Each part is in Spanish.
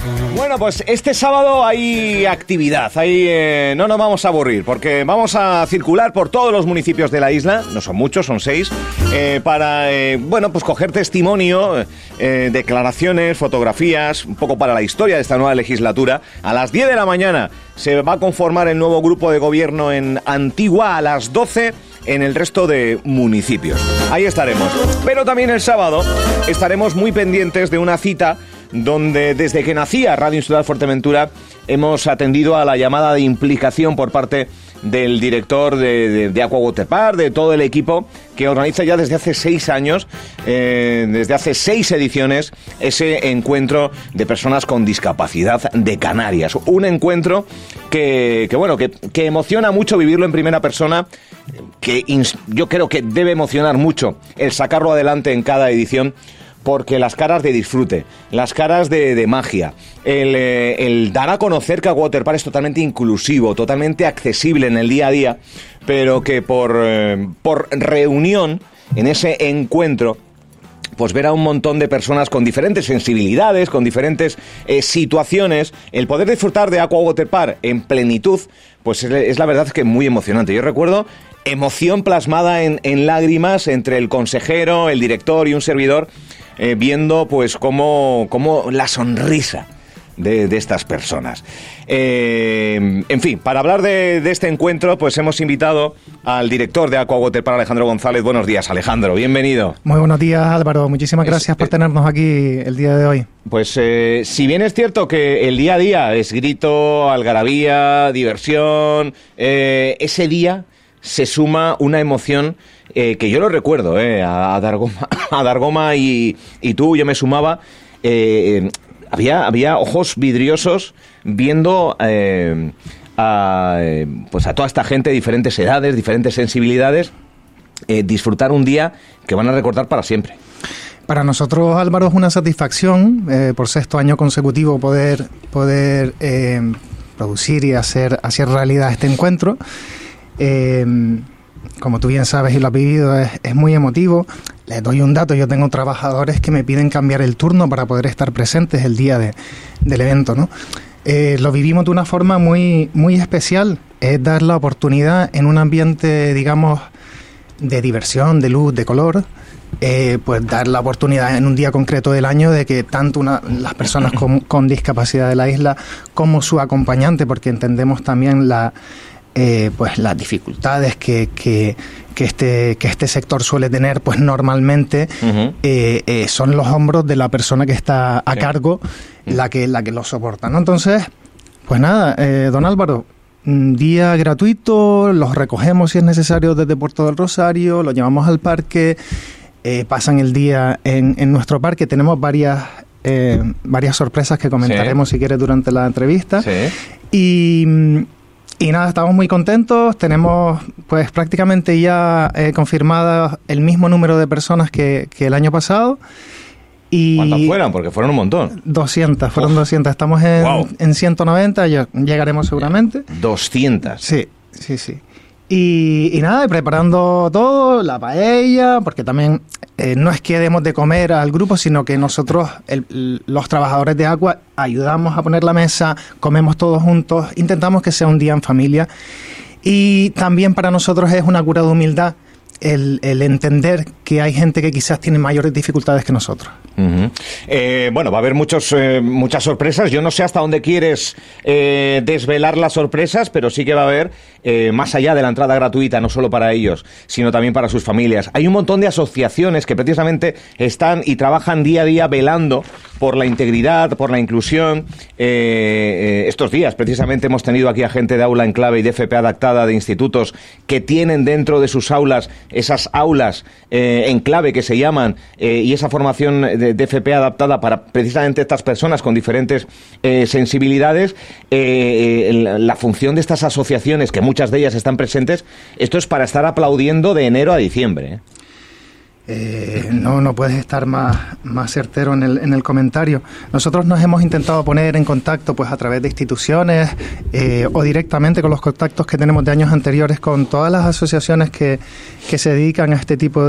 Bueno, pues este sábado hay actividad, no nos vamos a aburrir porque vamos a circular por todos los municipios de la isla, no son muchos, son 6, para, pues coger testimonio, declaraciones, fotografías, un poco para la historia de esta nueva legislatura. A las 10 de la mañana se va a conformar el nuevo grupo de gobierno en Antigua, a las 12 en el resto de municipios. Ahí estaremos. Pero también el sábado estaremos muy pendientes de una cita donde desde que nacía Radio Insular Fuerteventura hemos atendido a la llamada de implicación por parte del director de Aqua Water Park, de todo el equipo que organiza ya desde hace 6 años, desde hace 6 ediciones, ese encuentro de personas con discapacidad de Canarias. Un encuentro que emociona mucho vivirlo en primera persona, que yo creo que debe emocionar mucho el sacarlo adelante en cada edición, porque las caras de disfrute, las caras de magia, el dar a conocer que Aqua Water Park es totalmente inclusivo, totalmente accesible en el día a día, pero que por reunión, en ese encuentro, pues ver a un montón de personas con diferentes sensibilidades, con diferentes situaciones, el poder disfrutar de Aqua Water Park en plenitud, pues es la verdad que muy emocionante. Yo recuerdo emoción plasmada en lágrimas entre el consejero, el director y un servidor, viendo pues cómo la sonrisa de estas personas. En fin, para hablar de este encuentro, pues hemos invitado al director de Aqua Water Park, Alejandro González. Buenos días, Alejandro, bienvenido. Muy buenos días, Álvaro. Muchísimas gracias por tenernos aquí el día de hoy. Pues si bien es cierto que el día a día es grito, algarabía, diversión, ese día se suma una emoción que yo lo recuerdo, a Dargoma y tú, yo me sumaba. Había ojos vidriosos viendo a toda esta gente, diferentes edades, diferentes sensibilidades, disfrutar un día que van a recordar para siempre. Para nosotros, Álvaro, es una satisfacción por 6º año consecutivo poder producir y hacer realidad este encuentro. Como tú bien sabes y lo has vivido, es muy emotivo. Les doy un dato: yo tengo trabajadores que me piden cambiar el turno para poder estar presentes el día del evento, ¿no? Lo vivimos de una forma muy, muy especial. Es dar la oportunidad en un ambiente, digamos, de diversión, de luz, de color, pues dar la oportunidad en un día concreto del año de que tanto las personas con discapacidad de la isla como su acompañante, porque entendemos también las dificultades que este sector suele tener, pues normalmente son los hombros de la persona que está a cargo la que lo soporta, ¿no? Entonces, pues nada, don Álvaro, un día gratuito, los recogemos si es necesario desde Puerto del Rosario, los llevamos al parque, pasan el día en nuestro parque. Tenemos varias sorpresas que comentaremos si quieres durante la entrevista. Y nada, estamos muy contentos. Tenemos pues prácticamente ya confirmada el mismo número de personas que el año pasado. Y ¿cuántas fueron? Porque fueron un montón. 200, fueron 200. Estamos en 190, ya llegaremos seguramente. 200. Sí. Y nada, preparando todo, la paella, porque también no es que demos de comer al grupo, sino que nosotros, los trabajadores de Aqua, ayudamos a poner la mesa, comemos todos juntos, intentamos que sea un día en familia. Y también para nosotros es una cura de humildad el entender que hay gente que quizás tiene mayores dificultades que nosotros. Bueno, va a haber muchas sorpresas. Yo no sé hasta dónde quieres desvelar las sorpresas, pero sí que va a haber, más allá de la entrada gratuita, no solo para ellos, sino también para sus familias. Hay un montón de asociaciones que precisamente están y trabajan día a día velando por la integridad, por la inclusión. Estos días, precisamente, hemos tenido aquí a gente de Aula Enclave y de FP Adaptada, de institutos que tienen dentro de sus aulas esas aulas Enclave que se llaman, y esa formación de FP Adaptada para precisamente estas personas con diferentes sensibilidades. La función de estas asociaciones, que muchas de ellas están presentes, esto es para estar aplaudiendo de enero a diciembre. No puedes estar más certero en el comentario. Nosotros nos hemos intentado poner en contacto pues a través de instituciones o directamente con los contactos que tenemos de años anteriores con todas las asociaciones que se dedican a este tipo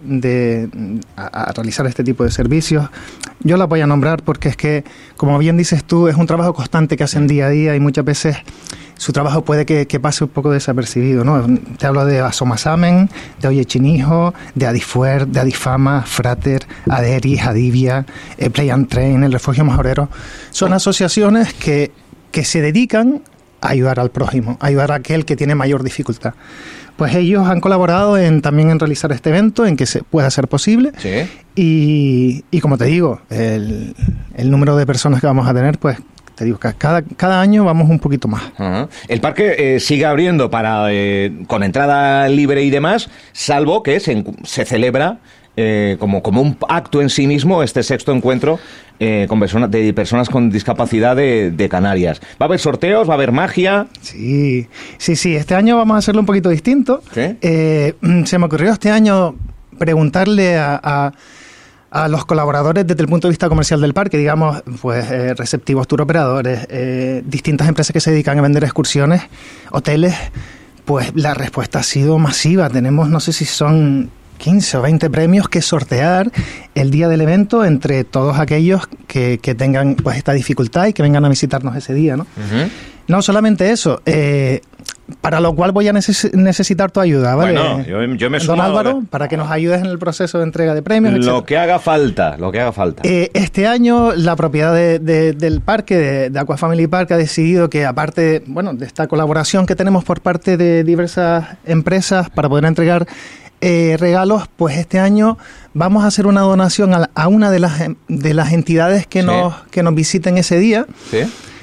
a realizar este tipo de servicios. Yo las voy a nombrar porque es que, como bien dices tú, es un trabajo constante que hacen día a día y muchas veces su trabajo puede que pase un poco desapercibido, ¿no? Te hablo de Asomasamen, de Oye Chinijo, de Adifuer, de Adifama, Frater, Aderis, Adivia, Play and Train, el Refugio Majorero. Son asociaciones que se dedican a ayudar al prójimo, a ayudar a aquel que tiene mayor dificultad. Pues ellos han colaborado también en realizar este evento, en que se pueda ser posible. Sí. Y como te digo, el número de personas que vamos a tener, pues te digo que cada año vamos un poquito más. Uh-huh. El parque sigue abriendo con entrada libre y demás, salvo que se celebra como un acto en sí mismo este sexto encuentro con personas con discapacidad de Canarias. ¿Va a haber sorteos? ¿Va a haber magia? Sí. Este año vamos a hacerlo un poquito distinto. ¿Sí? Se me ocurrió este año preguntarle a los colaboradores desde el punto de vista comercial del parque, digamos, pues receptivos turoperadores, distintas empresas que se dedican a vender excursiones, hoteles, pues la respuesta ha sido masiva. Tenemos, no sé si son 15 o 20 premios que sortear el día del evento entre todos aquellos que tengan pues esta dificultad y que vengan a visitarnos ese día, ¿no? Uh-huh. No solamente eso, para lo cual voy a necesitar tu ayuda, ¿vale? Bueno, yo me sumo. Don Álvaro, para que nos ayudes en el proceso de entrega de premios, Lo que haga falta. Este año la propiedad del parque, de Aqua Family Park, ha decidido que aparte, de esta colaboración que tenemos por parte de diversas empresas para poder entregar regalos, pues este año vamos a hacer una donación a una de las entidades que nos visiten ese día. Sí.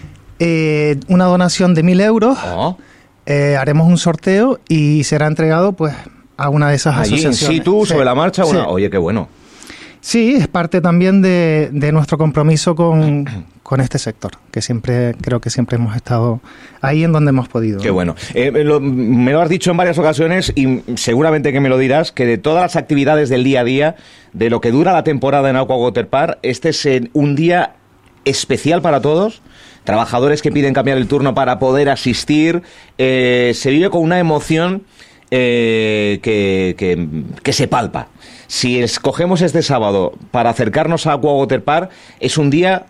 Una donación de 1.000 euros. Oh. Haremos un sorteo y será entregado pues a una de esas asociaciones. ¿Sí, tú sobre la marcha? Sí. Oye, qué bueno. Sí, es parte también de nuestro compromiso con este sector, que creo que siempre hemos estado ahí en donde hemos podido. Qué bueno. Me lo has dicho en varias ocasiones y seguramente que me lo dirás, que de todas las actividades del día a día, de lo que dura la temporada en Aqua Water Park, este es un día especial para todos. Trabajadores que piden cambiar el turno para poder asistir. Se vive con una emoción que se palpa. Si escogemos este sábado para acercarnos a Aqua Water Park, es un día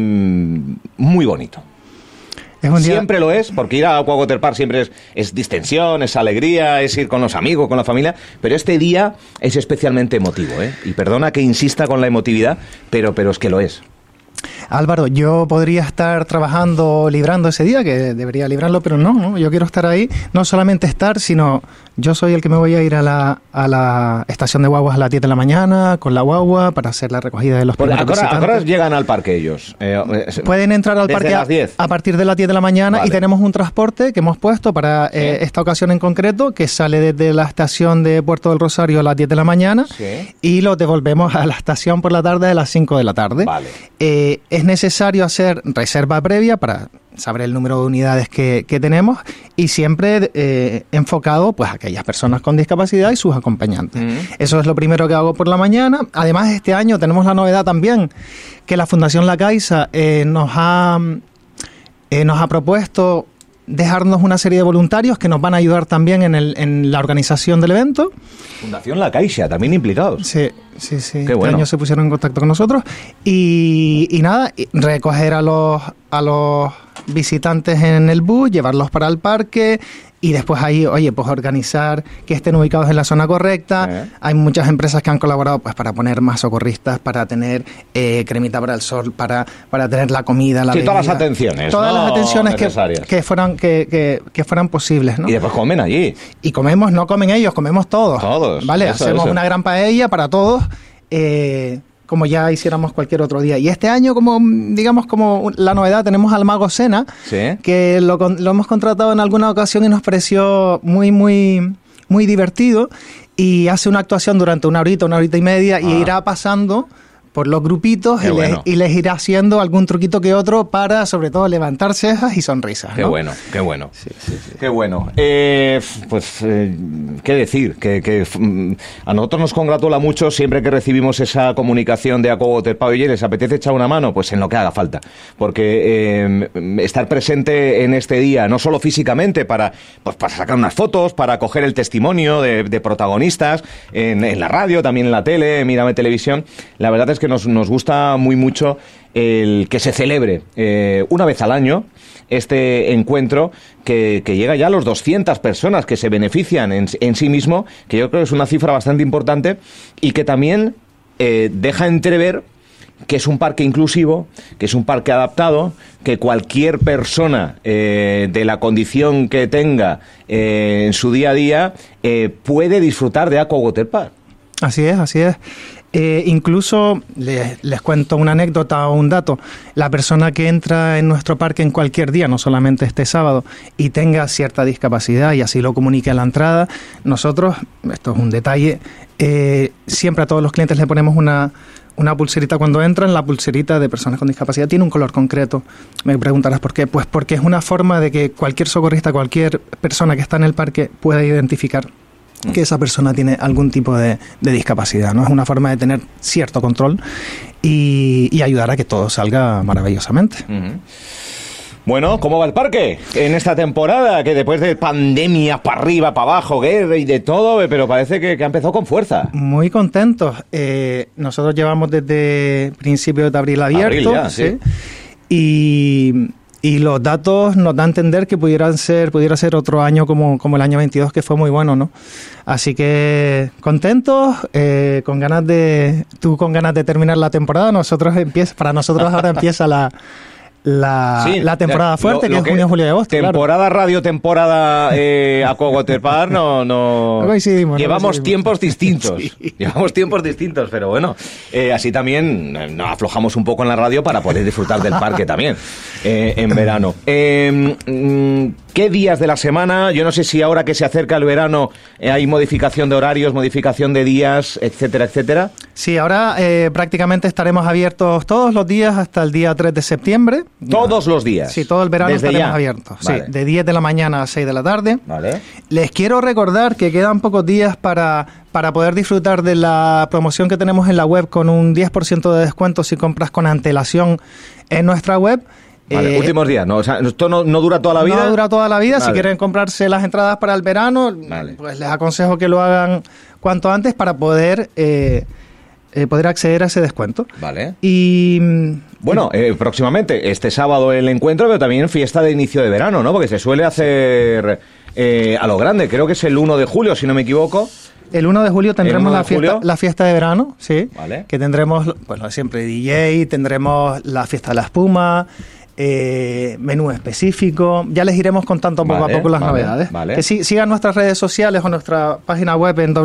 muy bonito. Siempre lo es, porque ir a Aqua Water Park siempre es distensión, es alegría, es ir con los amigos, con la familia, pero este día es especialmente emotivo, Y perdona que insista con la emotividad, pero es que lo es. Álvaro, yo podría estar trabajando, librando ese día, que debería librarlo, pero no, yo quiero estar ahí, no solamente estar, sino yo soy el que me voy a ir a la estación de guaguas a las 10 de la mañana, con la guagua, para hacer la recogida de los primeros visitantes. ¿A qué horas llegan al parque ellos? Pueden entrar al parque a partir de las 10 de la mañana, vale. Y tenemos un transporte que hemos puesto para esta ocasión en concreto, que sale desde la estación de Puerto del Rosario a las 10 de la mañana, y lo devolvemos a la estación por la tarde a las 5 de la tarde. Vale. Es necesario hacer reserva previa para saber el número de unidades que tenemos y siempre enfocado pues a aquellas personas con discapacidad y sus acompañantes. Eso es lo primero que hago por la mañana. Además, este año tenemos la novedad también que la Fundación La Caixa nos ha propuesto dejarnos una serie de voluntarios que nos van a ayudar también en la organización del evento. Fundación La Caixa, también implicados. Sí. Qué este bueno. año se pusieron en contacto con nosotros y nada, recoger a los visitantes en el bus, llevarlos para el parque y después ahí, pues organizar que estén ubicados en la zona correcta. Hay muchas empresas que han colaborado pues para poner más socorristas, para tener cremita para el sol, para tener la comida, la bebida. Todas las atenciones. Todas las atenciones que fueran posibles, ¿no? Y después comen allí. Y comemos, no comen ellos, comemos todos. Todos. ¿Vale? Hacemos una gran paella para todos. Como ya hiciéramos cualquier otro día. Y este año, como la novedad, tenemos al Mago Sena, que lo hemos contratado en alguna ocasión y nos pareció muy, muy, muy divertido, y hace una actuación durante una horita y media y irá pasando por los grupitos y les irá haciendo algún truquito que otro para, sobre todo, levantar cejas y sonrisas, ¿no? Qué bueno. Sí. Qué bueno. ¿Qué decir? Que a nosotros nos congratula mucho siempre que recibimos esa comunicación de Aqua Water Power. Oye, ¿les apetece echar una mano? Pues en lo que haga falta. Porque estar presente en este día, no solo físicamente, para sacar unas fotos, para coger el testimonio de protagonistas en la radio, también en la tele, Mírame Televisión, la verdad es que nos gusta muy mucho el que se celebre una vez al año este encuentro que llega ya a los 200 personas que se benefician en sí mismo, que yo creo que es una cifra bastante importante y que también deja entrever que es un parque inclusivo, que es un parque adaptado, que cualquier persona de la condición que tenga en su día a día puede disfrutar de Aqua Water Park. Así es. Incluso les cuento una anécdota o un dato. La persona que entra en nuestro parque en cualquier día, no solamente este sábado, y tenga cierta discapacidad y así lo comunique a la entrada, nosotros, esto es un detalle, siempre a todos los clientes le ponemos una pulserita cuando entran. La pulserita de personas con discapacidad tiene un color concreto. Me preguntarás por qué. Pues porque es una forma de que cualquier socorrista, cualquier persona que está en el parque pueda identificar que esa persona tiene algún tipo de discapacidad, ¿no? Es una forma de tener cierto control y ayudar a que todo salga maravillosamente. Uh-huh. Bueno, ¿cómo va el parque en esta temporada? Que después de pandemia, para arriba, para abajo, guerra y de todo, pero parece que ha empezado con fuerza. Muy contentos. Nosotros llevamos desde principios de abril abierto. Abril ya, sí. Y los datos nos dan a entender que pudiera ser otro año como el año 22, que fue muy bueno, ¿no? Así que contentos, con ganas de terminar la temporada. Para nosotros ahora empieza la temporada fuerte, que es junio, julio y agosto. Temporada claro. radio, temporada Aqua Water Park, no coincidimos. Llevamos tiempos distintos. Sí. Llevamos tiempos distintos, pero bueno, así también nos aflojamos un poco en la radio para poder disfrutar del parque también en verano. ¿Qué días de la semana? Yo no sé si ahora que se acerca el verano hay modificación de horarios, modificación de días, etcétera, etcétera. Sí, ahora prácticamente estaremos abiertos todos los días hasta el día 3 de septiembre. ¿Todos los días? Sí, todo el verano desde estaremos ya abiertos. Vale. Sí, de 10 de la mañana a 6 de la tarde. Vale. Les quiero recordar que quedan pocos días para poder disfrutar de la promoción que tenemos en la web con un 10% de descuento si compras con antelación en nuestra web. Vale, últimos días, ¿no? O sea, ¿esto no dura toda la vida? No dura toda la vida. Vale. Si quieren comprarse las entradas para el verano, vale, pues les aconsejo que lo hagan cuanto antes para poder acceder a ese descuento. Vale. Y bueno, próximamente, este sábado el encuentro, pero también fiesta de inicio de verano, ¿no? Porque se suele hacer a lo grande. Creo que es el 1 de julio, si no me equivoco. El 1 de julio tendremos la fiesta de verano, sí. Vale. Que tendremos, pues lo de siempre, DJ, tendremos la fiesta de la espuma, menú específico. Ya les iremos contando poco a poco las novedades. Vale. Que sigan nuestras redes sociales o nuestra página web en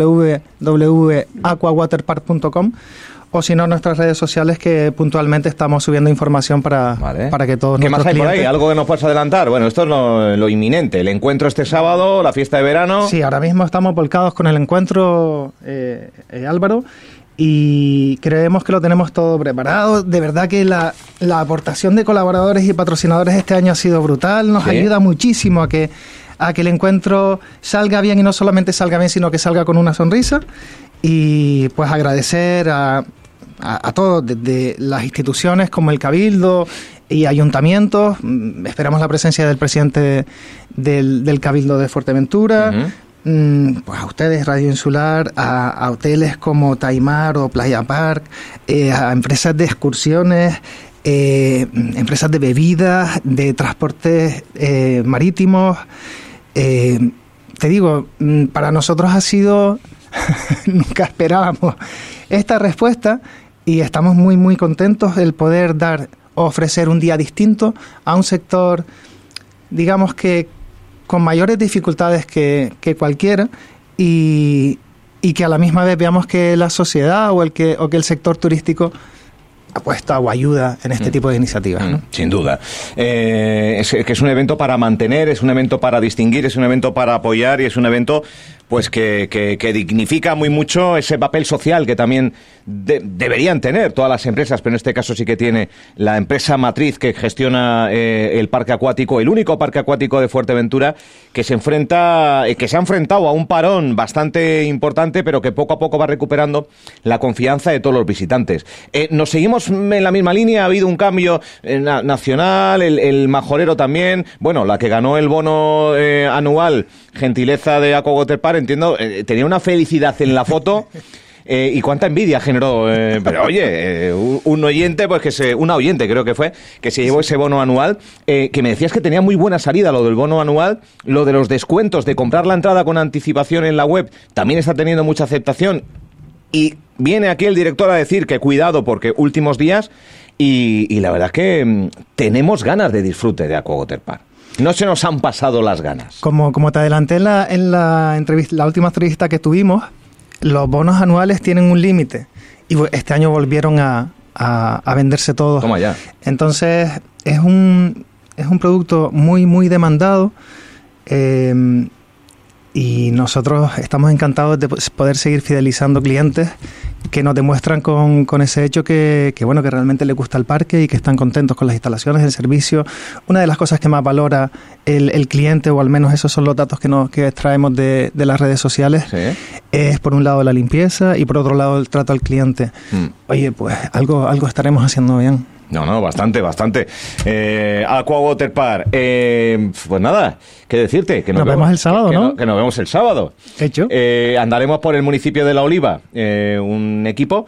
www.aquawaterpark.com, o si no, nuestras redes sociales, que puntualmente estamos subiendo información para que todos nuestros clientes... ¿Qué más hay por ahí? ¿Algo que nos puedas adelantar? Bueno, esto es lo inminente. El encuentro este sábado, la fiesta de verano... Sí, ahora mismo estamos volcados con el encuentro, Álvaro, y creemos que lo tenemos todo preparado. De verdad que la aportación de colaboradores y patrocinadores este año ha sido brutal. Nos ayuda muchísimo a que el encuentro salga bien, y no solamente salga bien, sino que salga con una sonrisa. Y pues agradecer a todos, desde las instituciones como el Cabildo y ayuntamientos. Esperamos la presencia del presidente del Cabildo de Fuerteventura. Uh-huh. Pues a ustedes, Radio Insular, a hoteles como Taimar o Playa Park, a empresas de excursiones, empresas de bebidas, de transportes marítimos. Te digo, para nosotros ha sido... Nunca esperábamos esta respuesta, y estamos muy, muy contentos del poder ofrecer un día distinto a un sector, digamos que con mayores dificultades que cualquiera, y que a la misma vez veamos que la sociedad o que el sector turístico apuesta o ayuda en este tipo de iniciativas, ¿no? Sin duda. Es que es un evento para mantener, es un evento para distinguir, es un evento para apoyar y es un evento pues que dignifica muy mucho ese papel social que también deberían tener todas las empresas, pero en este caso sí que tiene la empresa matriz que gestiona el parque acuático, el único parque acuático de Fuerteventura, que se ha enfrentado a un parón bastante importante, pero que poco a poco va recuperando la confianza de todos los visitantes. Nos seguimos en la misma línea, ha habido un cambio nacional, el majorero también, bueno, la que ganó el bono anual, gentileza de Aqua Water Park, entiendo, tenía una felicidad en la foto. Y cuánta envidia generó. Pero oye, un oyente, pues una oyente creo que fue, que se llevó ese bono anual, que me decías que tenía muy buena salida lo del bono anual, lo de los descuentos, de comprar la entrada con anticipación en la web, también está teniendo mucha aceptación. Y viene aquí el director a decir que cuidado porque últimos días, y la verdad es que tenemos ganas de disfrute de Aqua Water Park. No se nos han pasado las ganas. Como te adelanté en la entrevista, la última entrevista que tuvimos, los bonos anuales tienen un límite y este año volvieron a venderse todos. Toma ya. Entonces es un producto muy, muy demandado y nosotros estamos encantados de poder seguir fidelizando clientes que nos demuestran con ese hecho que realmente les gusta el parque y que están contentos con las instalaciones, el servicio. Una de las cosas que más valora el cliente, o al menos esos son los datos que extraemos de las redes sociales, ¿sí? Es por un lado la limpieza y por otro lado el trato al cliente. Oye, pues algo estaremos haciendo bien. No, bastante. Aqua Water Park. Pues nada, ¿qué decirte? Que nos vemos el sábado, ¿no? Que nos vemos el sábado. Hecho. Andaremos por el municipio de La Oliva, un equipo,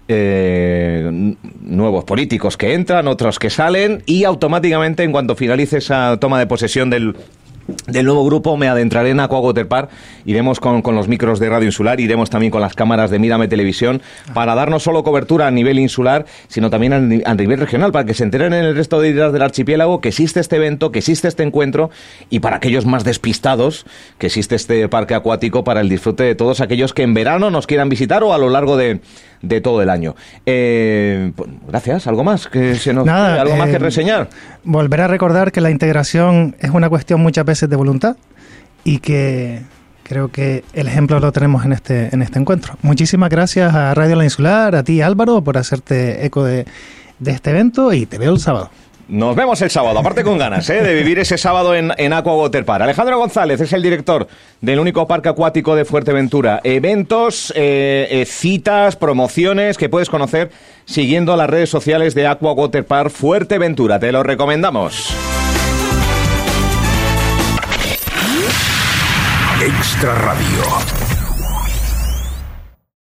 nuevos políticos que entran, otros que salen, y automáticamente, en cuanto finalice esa toma de posesión del nuevo grupo, me adentraré en Aqua Water Park, iremos con los micros de Radio Insular, iremos también con las cámaras de Mírame Televisión para dar no solo cobertura a nivel insular, sino también a nivel regional, para que se enteren en el resto de islas del archipiélago que existe este evento, que existe este encuentro, y para aquellos más despistados, que existe este parque acuático para el disfrute de todos aquellos que en verano nos quieran visitar o a lo largo de todo el año. Gracias. ¿Algo más algo más que reseñar? Volver a recordar que la integración es una cuestión muchas veces de voluntad y que creo que el ejemplo lo tenemos en este encuentro. Muchísimas gracias a Radio La Insular, a ti Álvaro, por hacerte eco de este evento, y te veo el sábado. Nos vemos el sábado, aparte con ganas de vivir ese sábado en Aqua Water Park. Alejandro González es el director del único parque acuático de Fuerteventura. Eventos, citas, promociones que puedes conocer siguiendo las redes sociales de Aqua Water Park Fuerteventura. Te lo recomendamos. Extra Radio.